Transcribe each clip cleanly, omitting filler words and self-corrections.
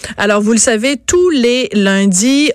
Alors, vous le savez, tous les lundis,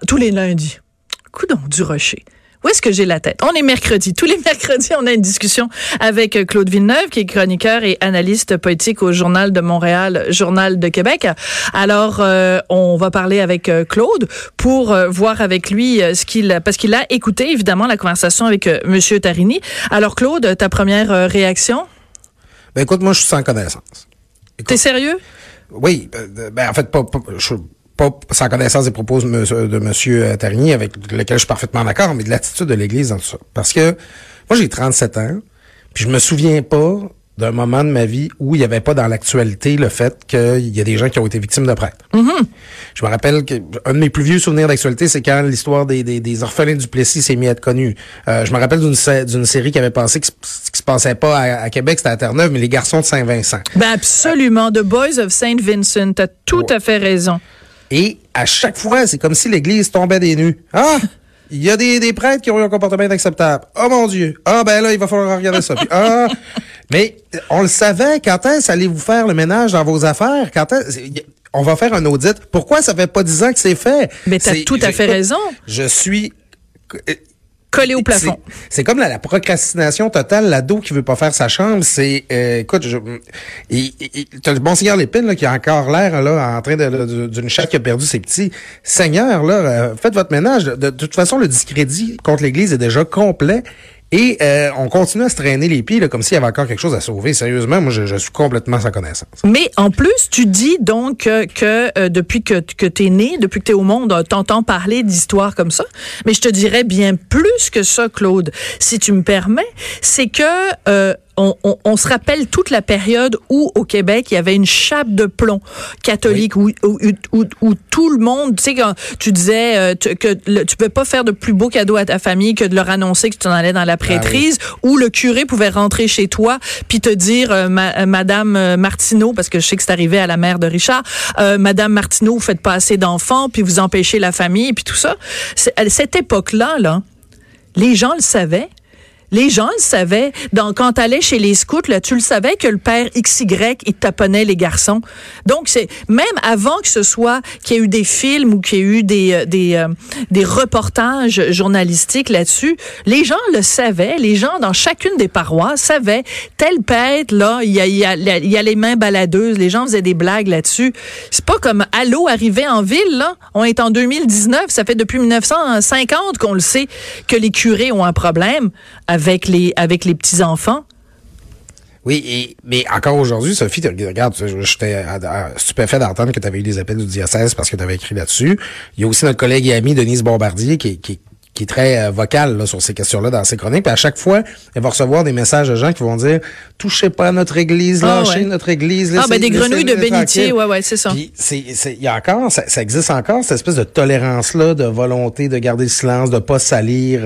Coudon du Rocher. Où est-ce que j'ai la tête? On est mercredi. Tous les mercredis, on a une discussion avec Claude Villeneuve, qui est chroniqueur et analyste politique au Journal de Montréal, Journal de Québec. Alors, on va parler avec Claude pour voir avec lui parce qu'il a écouté, évidemment, la conversation avec Monsieur Tarini. Alors, Claude, ta première réaction? Ben, écoute, moi, je suis sans connaissance. T'es sérieux? Oui. En fait, je suis pas sans connaissance des propos de M. Tarigny, avec lequel je suis parfaitement d'accord, mais de l'attitude de l'Église dans tout ça. Parce que moi, j'ai 37 ans, puis je me souviens pas d'un moment de ma vie où il n'y avait pas dans l'actualité le fait qu'il y a des gens qui ont été victimes de prêtres. Mm-hmm. Je me rappelle qu'un de mes plus vieux souvenirs d'actualité, c'est quand l'histoire des orphelins du Plessis s'est mise à être connue. Je me rappelle d'une série qui avait passé, qui se passait pas à Québec, c'était à Terre-Neuve, mais Les Garçons de Saint-Vincent. Ben absolument, The Boys of Saint Vincent, t'as tout à fait raison. Et à chaque fois, c'est comme si l'Église tombait des nues. Ah! Il y a des prêtres qui ont eu un comportement inacceptable. Oh mon Dieu! Ah ben là, il va falloir regarder ça. Puis, mais on le savait, quand est-ce allez-vous faire le ménage dans vos affaires? On va faire un audit. Pourquoi ça fait pas 10 ans que c'est fait? Mais t'as tout à fait raison. Je suis... collé au plafond. C'est comme la procrastination totale, l'ado qui veut pas faire sa chambre. C'est, écoute, t'as le bon Seigneur Lépine là qui a encore l'air là en train d'une chatte qui a perdu ses petits. Seigneur là, faites votre ménage. De toute façon, le discrédit contre l'Église est déjà complet. Et on continue à se traîner les pieds là, comme s'il y avait encore quelque chose à sauver. Sérieusement, moi, je suis complètement sans connaissance. Mais en plus, tu dis donc que depuis que t'es né, depuis que t'es au monde, t'entends parler d'histoires comme ça. Mais je te dirais bien plus que ça, Claude, si tu me permets, c'est que on se rappelle toute la période où, au Québec, il y avait une chape de plomb catholique, oui, où tout le monde, tu sais, quand tu disais que tu peux pas faire de plus beau cadeau à ta famille que de leur annoncer que tu t'en allais dans la prêtrise, où le curé pouvait rentrer chez toi puis te dire, Madame Martineau, parce que je sais que c'est arrivé à la mère de Richard, Madame Martineau, vous faites pas assez d'enfants, puis vous empêchez la famille, puis tout ça. À cette époque-là, là, les gens le savaient. Les gens le savaient. Quand t'allais chez les scouts, là, tu le savais que le père XY, il taponnait les garçons. Donc, c'est même avant que ce soit qu'il y ait eu des films ou qu'il y ait eu des reportages journalistiques là-dessus, les gens le savaient. Les gens dans chacune des paroisses savaient tel prêtre, là, il y a les mains baladeuses. Les gens faisaient des blagues là-dessus. C'est pas comme Allô arrivé en ville, là. On est en 2019. Ça fait depuis 1950 qu'on le sait que les curés ont un problème avec les petits-enfants. Oui, mais encore aujourd'hui, Sophie, regarde, j'étais stupéfait d'entendre que tu avais eu des appels du diocèse parce que tu avais écrit là-dessus. Il y a aussi notre collègue et amie Denise Bombardier qui est très vocale là, sur ces questions-là dans ses chroniques. Puis à chaque fois, elle va recevoir des messages de gens qui vont dire « Touchez pas à notre église, lâchez notre église. » des grenouilles de bénitier, ouais, c'est ça. Puis il y a encore, ça existe encore, cette espèce de tolérance-là, de volonté de garder le silence, de pas salir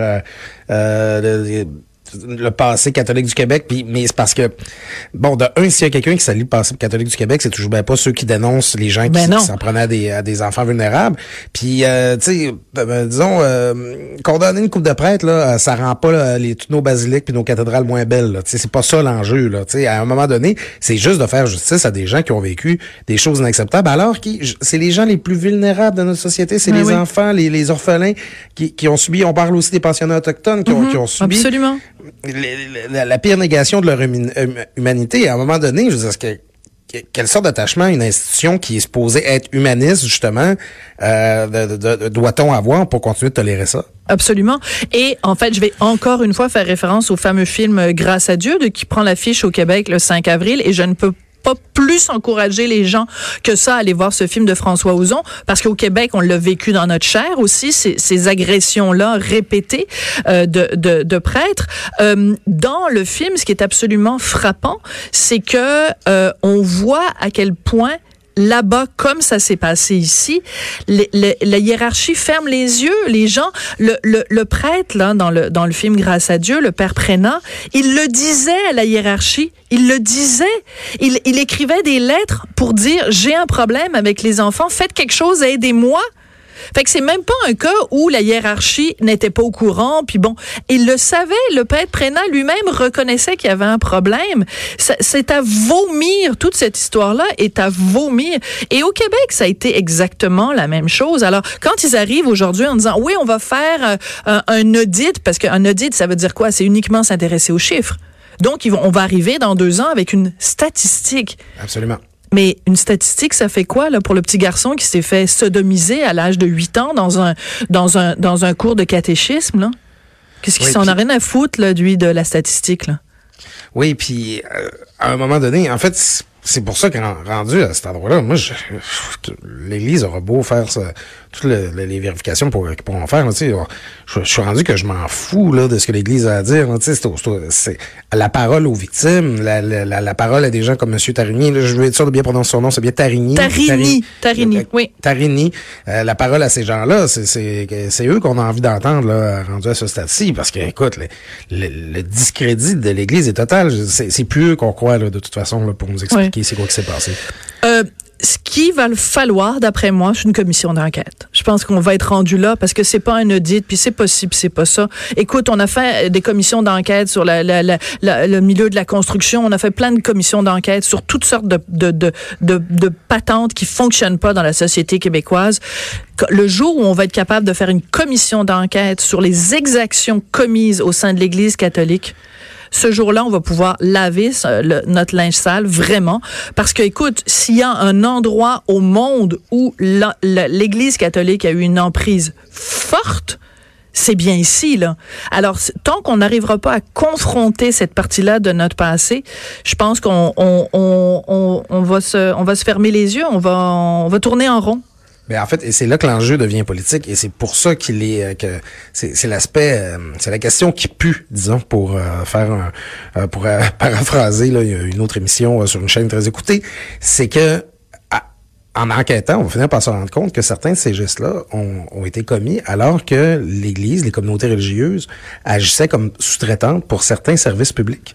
le passé catholique du Québec, mais c'est parce que, bon, s'il y a quelqu'un qui salit le passé catholique du Québec, c'est toujours pas ceux qui dénoncent les gens qui s'en prenaient à des enfants vulnérables. Puis, tu sais, disons, condamner une couple de prêtres, là, ça rend pas là, toutes nos basiliques puis nos cathédrales moins belles. Tu sais, c'est pas ça l'enjeu. Là, tu sais, à un moment donné, c'est juste de faire justice à des gens qui ont vécu des choses inacceptables, alors que c'est les gens les plus vulnérables de notre société, c'est les enfants, les orphelins qui ont subi. On parle aussi des pensionnats autochtones qui ont subi. Absolument. La pire négation de leur humanité. À un moment donné, je veux dire, quelle sorte d'attachement à une institution qui est supposée être humaniste, justement, doit-on avoir pour continuer de tolérer ça? Absolument. Et en fait, je vais encore une fois faire référence au fameux film Grâce à Dieu, qui prend l'affiche au Québec le 5 avril, et je ne peux pas plus encourager les gens que ça à aller voir ce film de François Ozon, parce qu'au Québec, on l'a vécu dans notre chair aussi, ces agressions-là répétées de prêtres. Dans le film, ce qui est absolument frappant, c'est que on voit à quel point là-bas, comme ça s'est passé ici, la hiérarchie ferme les yeux. Les gens, le prêtre, là, dans le film Grâce à Dieu, le père Prénat, il le disait à la hiérarchie. Il le disait. Il écrivait des lettres pour dire, j'ai un problème avec les enfants, faites quelque chose, aidez-moi. Fait que c'est même pas un cas où la hiérarchie n'était pas au courant, puis bon, il le savait, le prêtre Prénat lui-même reconnaissait qu'il y avait un problème. C'est à vomir, toute cette histoire-là est à vomir. Et au Québec, ça a été exactement la même chose. Alors, quand ils arrivent aujourd'hui en disant, oui, on va faire un audit, parce qu'un audit, ça veut dire quoi? C'est uniquement s'intéresser aux chiffres. Donc, on va arriver dans 2 ans avec une statistique. Absolument. Mais une statistique, ça fait quoi là pour le petit garçon qui s'est fait sodomiser à l'âge de 8 ans dans un cours de catéchisme là? Qu'est-ce qu'il s'en a rien à foutre là, lui, de la statistique là? Oui, puis à un moment donné, en fait, c'est pour ça que rendu à cet endroit-là, moi, l'Église aura beau faire ça, toutes les vérifications qu'ils pourront faire. Tu sais, je suis rendu que je m'en fous là de ce que l'Église a à dire. Tu sais, c'est la parole aux victimes, la parole à des gens comme M. Tarigny. Là, je veux être sûr de bien prononcer son nom, c'est bien Tarigny. Tarigny, oui. Tarigny. La parole à ces gens-là, c'est eux qu'on a envie d'entendre là, rendu à ce stade-ci, parce que, écoute, le discrédit de l'Église est total. C'est plus eux qu'on croit là, de toute façon là, pour nous expliquer c'est quoi qui s'est passé. Ce qu'il va falloir, d'après moi, c'est une commission d'enquête. Je pense qu'on va être rendu là parce que c'est pas un audit, puis c'est possible, c'est pas ça. Écoute, on a fait des commissions d'enquête sur le milieu de la construction. On a fait plein de commissions d'enquête sur toutes sortes de patentes qui fonctionnent pas dans la société québécoise. Le jour où on va être capable de faire une commission d'enquête sur les exactions commises au sein de l'Église catholique, ce jour-là, on va pouvoir laver notre linge sale, vraiment. Parce que, écoute, s'il y a un endroit au monde où l'Église catholique a eu une emprise forte, c'est bien ici, là. Alors, tant qu'on n'arrivera pas à confronter cette partie-là de notre passé, je pense qu'on va se fermer les yeux, on va tourner en rond. Ben en fait, et c'est là que l'enjeu devient politique, et c'est pour ça qu'il est que c'est l'aspect, c'est la question qui pue, disons, pour faire pour paraphraser là une autre émission sur une chaîne très écoutée, c'est que en enquêtant, on va finir par se rendre compte que certains de ces gestes-là ont été commis alors que l'Église, les communautés religieuses agissaient comme sous-traitantes pour certains services publics.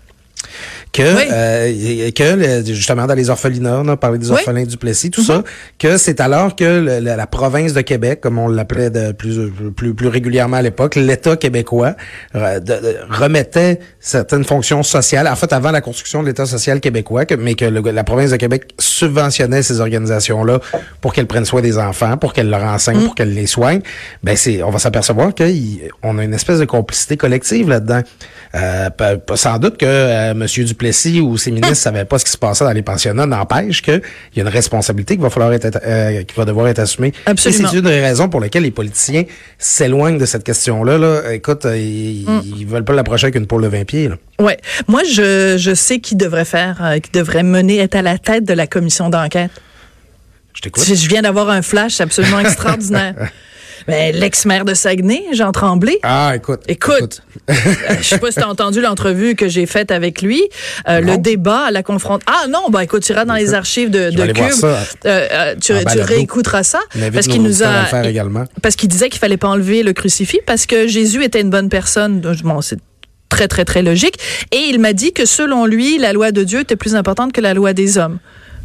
Justement dans les orphelinats, on a parlé des orphelins du Plessis, tout ça, que c'est alors que la province de Québec, comme on l'appelait de plus régulièrement à l'époque, l'État québécois remettait certaines fonctions sociales, en fait avant la construction de l'État social québécois, mais que la province de Québec subventionnait ces organisations-là pour qu'elles prennent soin des enfants, pour qu'elles leur enseignent, pour qu'elles les soignent. Ben on va s'apercevoir qu'on a une espèce de complicité collective là-dedans. Sans doute que Monsieur Duplessis ou ses ministres savaient pas ce qui se passait dans les pensionnats, n'empêche qu'il y a une responsabilité qui va devoir être assumée. Absolument. Et c'est une des raisons pour lesquelles les politiciens s'éloignent de cette question-là. Là. Écoute, ils veulent pas l'approcher avec une pôle de 20 pieds. Là. Ouais. Moi, je sais qui devrait être à la tête de la commission d'enquête. Je t'écoute. Je viens d'avoir un flash absolument extraordinaire. Ben, l'ex-maire de Saguenay, Jean Tremblay. Ah, écoute. Je sais pas si t'as entendu l'entrevue que j'ai faite avec lui. Le débat, la confrontation. Ah non, ben écoute, tu iras dans les archives de Cube. Tu réécouteras ça. Parce qu'il nous a. Parce qu'il disait qu'il fallait pas enlever le crucifix parce que Jésus était une bonne personne. Bon, c'est très, très, très logique. Et il m'a dit que selon lui, la loi de Dieu était plus importante que la loi des hommes.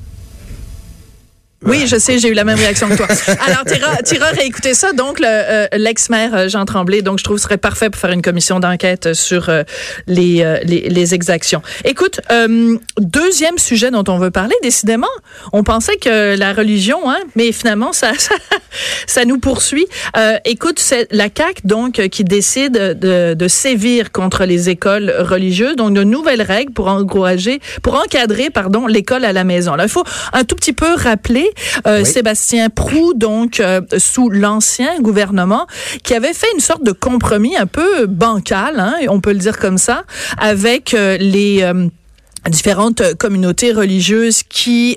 Oui, je sais, j'ai eu la même réaction que toi. Alors, t'iras réécouter ça. Donc, l'ex-maire Jean Tremblay, donc je trouve, serait parfait pour faire une commission d'enquête sur les exactions. Écoute, deuxième sujet dont on veut parler, décidément, on pensait que la religion, mais finalement, ça nous poursuit. Écoute, c'est la CAQ, donc, qui décide de sévir contre les écoles religieuses, donc de nouvelles règles pour encadrer, l'école à la maison. Là, il faut un tout petit peu rappeler Sébastien Proulx, donc sous l'ancien gouvernement, qui avait fait une sorte de compromis un peu bancal, on peut le dire comme ça, avec les différentes communautés religieuses qui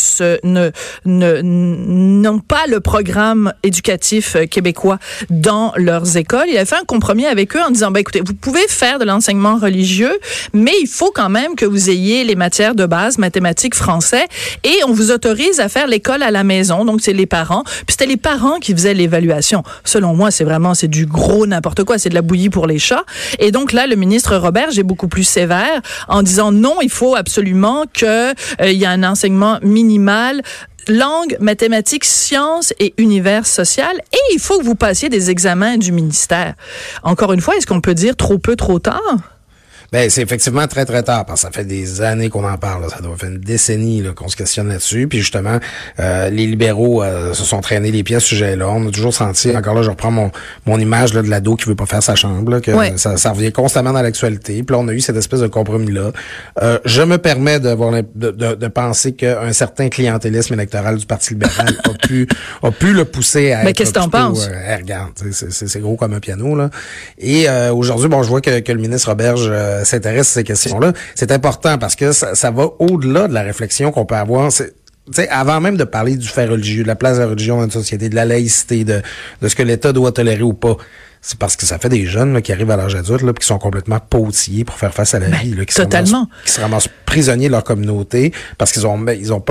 n'ont pas le programme éducatif québécois dans leurs écoles. Il a fait un compromis avec eux en disant, écoutez, vous pouvez faire de l'enseignement religieux, mais il faut quand même que vous ayez les matières de base, mathématiques, français, et on vous autorise à faire l'école à la maison. Donc, c'est les parents. Puis c'était les parents qui faisaient l'évaluation. Selon moi, c'est du gros n'importe quoi. C'est de la bouillie pour les chats. Et donc là, le ministre Roberge est beaucoup plus sévère en disant non, il faut absolument qu'il y ait un enseignement minimal langue, mathématiques, sciences et univers social. Et il faut que vous passiez des examens du ministère. Encore une fois, est-ce qu'on peut dire trop peu, trop tard? Ben, c'est effectivement très, très tard, parce que ça fait des années qu'on en parle, là. Ça doit faire une décennie, là, qu'on se questionne là-dessus. Puis justement, les libéraux se sont traînés les pieds à ce sujet-là. On a toujours senti, encore là, je reprends mon image là, de l'ado qui veut pas faire sa chambre, là, que ça revient constamment dans l'actualité. Puis là, on a eu cette espèce de compromis-là. Je me permets de penser qu'un certain clientélisme électoral du Parti libéral a pu le pousser à mais qu'est-ce que t'en penses? Regarde, c'est gros comme un piano, là. Et aujourd'hui, bon, je vois que le ministre Roberge s'intéresse à ces questions-là. C'est important parce que ça va au-delà de la réflexion qu'on peut avoir. T'sais, avant même de parler du fait religieux, de la place de la religion dans une société, de la laïcité, de ce que l'État doit tolérer ou pas, c'est parce que ça fait des jeunes là, qui arrivent à l'âge adulte là, qui sont complètement pautillés pour faire face à la vie, là, qui se ramassent prisonniers de leur communauté parce qu'ils ont pas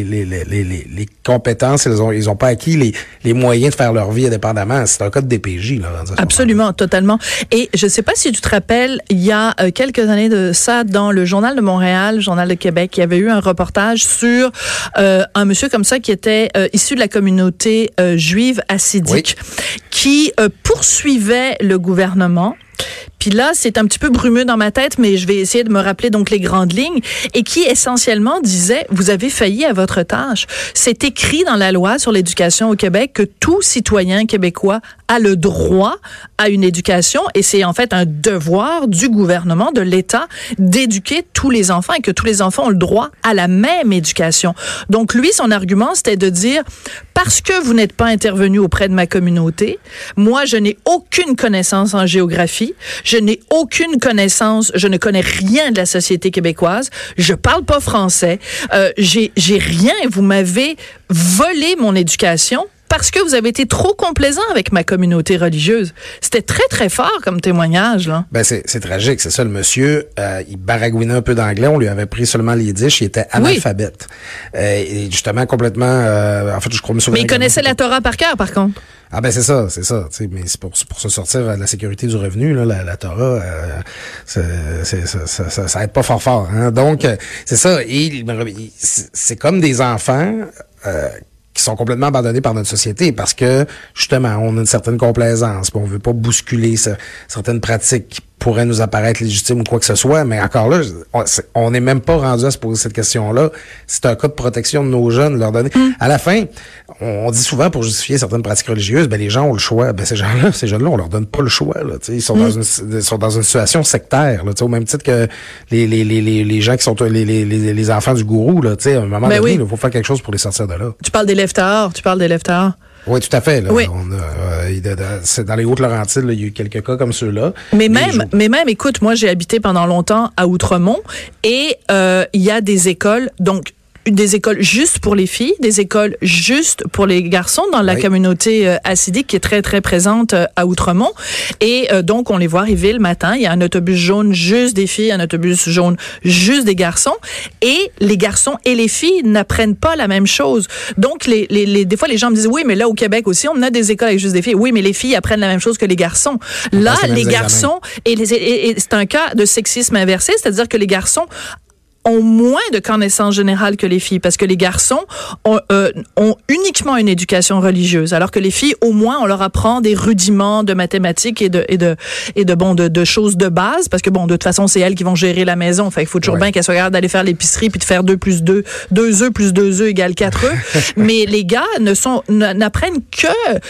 les compétences, ils ont pas acquis les moyens de faire leur vie indépendamment. C'est un cas de DPJ là. Absolument, totalement. Et je sais pas si tu te rappelles, il y a quelques années de ça, dans le Journal de Montréal, le Journal de Québec, il y avait eu un reportage sur un monsieur comme ça qui était issu de la communauté juive hassidique, qui poursuivait le gouvernement. Puis là, c'est un petit peu brumeux dans ma tête, mais je vais essayer de me rappeler donc les grandes lignes, et qui essentiellement disait, vous avez failli à votre tâche. C'est écrit dans la loi sur l'éducation au Québec que tout citoyen québécois a le droit à une éducation, et c'est en fait un devoir du gouvernement, de l'État, d'éduquer tous les enfants, et que tous les enfants ont le droit à la même éducation. Donc lui, son argument, c'était de dire, parce que vous n'êtes pas intervenu auprès de ma communauté, moi, je n'ai aucune connaissance en géographie, je n'ai aucune connaissance, je ne connais rien de la société québécoise, je parle pas français, j'ai rien, vous m'avez volé mon éducation parce que vous avez été trop complaisant avec ma communauté religieuse. C'était très, très fort comme témoignage, là. Ben, c'est tragique, c'est ça. Le monsieur, il baragouinait un peu d'anglais. On lui avait pris seulement les yiddish. Il était analphabète. Et justement, complètement, en fait, je crois... Mais il connaissait la Torah par cœur, par contre. Ah ben c'est ça, mais c'est pour se sortir de la sécurité du revenu là, la Torah, ça aide pas fort, hein. Donc c'est ça, et c'est comme des enfants qui sont complètement abandonnés par notre société parce que justement on a une certaine complaisance, on veut pas bousculer certaines pratiques qui pourraient nous apparaître légitimes ou quoi que ce soit, mais encore là, on n'est même pas rendu à se poser cette question-là. C'est un cas de protection de nos jeunes, leur donner. À la fin, on dit souvent pour justifier certaines pratiques religieuses, ben les gens ont le choix. Ben ces jeunes-là, on leur donne pas le choix. Là, ils sont dans une situation sectaire, là, au même titre que les gens qui sont les enfants du gourou. Là, à un moment donné, il faut faire quelque chose pour les sortir de là. Tu parles d'élèves tard. Oui, tout à fait. Là. Oui. C'est dans les Hautes-Laurentides, il y a eu quelques cas comme ceux-là. Mais même, écoute, moi, j'ai habité pendant longtemps à Outremont et il y a des écoles, donc des écoles juste pour les filles, des écoles juste pour les garçons dans la communauté hassidique qui est très, très présente à Outremont. Et donc, on les voit arriver le matin. Il y a un autobus jaune juste des filles, un autobus jaune juste des garçons. Et les garçons et les filles n'apprennent pas la même chose. Donc, des fois, les gens me disent, oui, mais là, au Québec aussi, on a des écoles avec juste des filles. Oui, mais les filles apprennent la même chose que les garçons. Là, les garçons, et c'est un cas de sexisme inversé, c'est-à-dire que les garçons ont moins de connaissances générales que les filles, parce que les garçons ont uniquement une éducation religieuse, alors que les filles, au moins, on leur apprend des rudiments de mathématiques et de choses de base, parce que bon, de toute façon, c'est elles qui vont gérer la maison. Fait qu'il faut toujours bien qu'elles soient capables d'aller faire l'épicerie puis de faire 2 + 2, 2 œufs plus 2 œufs égale 4 œufs. Mais les gars n'apprennent que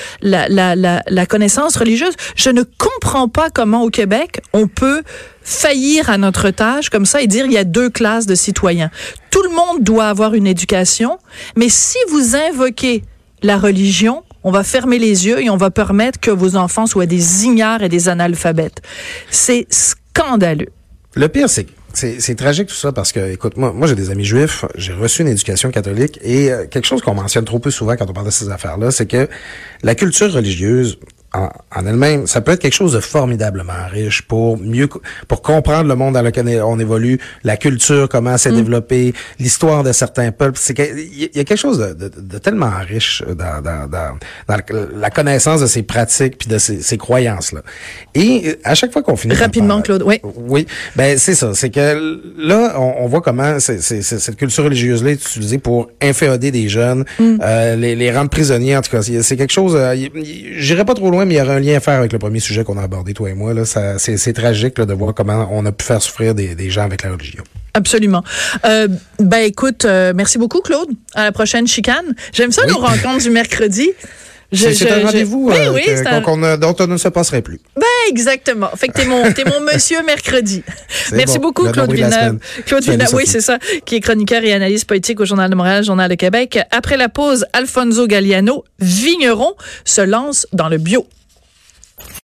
la connaissance religieuse. Je ne comprends pas comment au Québec on peut faillir à notre tâche comme ça et dire il y a 2 classes de citoyens. Tout le monde doit avoir une éducation, mais si vous invoquez la religion, on va fermer les yeux et on va permettre que vos enfants soient des ignares et des analphabètes. C'est scandaleux. Le pire, c'est tragique tout ça parce que, écoute, moi j'ai des amis juifs, j'ai reçu une éducation catholique et quelque chose qu'on mentionne trop peu souvent quand on parle de ces affaires-là, c'est que la culture religieuse en elle-même, ça peut être quelque chose de formidablement riche pour comprendre le monde dans lequel on évolue, la culture, comment s'est développée, l'histoire de certains peuples. Il y a quelque chose de tellement riche dans la connaissance de ces pratiques puis de ces croyances-là. Et à chaque fois qu'on finit... Rapidement, Claude, oui. Oui, ben c'est ça. C'est que là, on voit comment cette culture religieuse-là est utilisée pour inféoder des jeunes, les rendre prisonniers. En tout cas, c'est quelque chose... J'irai pas trop loin, mais il y aurait un lien à faire avec le premier sujet qu'on a abordé, toi et moi. Là, c'est tragique là, de voir comment on a pu faire souffrir des gens avec la religion. Absolument. Écoute, merci beaucoup, Claude. À la prochaine chicane. J'aime ça, nos rencontres du mercredi. C'est un rendez-vous dont on ne se passerait plus. Exactement. Fait que t'es mon monsieur mercredi. Merci beaucoup, Claude Villeneuve. Claude Villeneuve, oui, c'est ça, qui est chroniqueur et analyste politique au Journal de Montréal, Journal de Québec. Après la pause, Alfonso Galliano, vigneron, se lance dans le bio.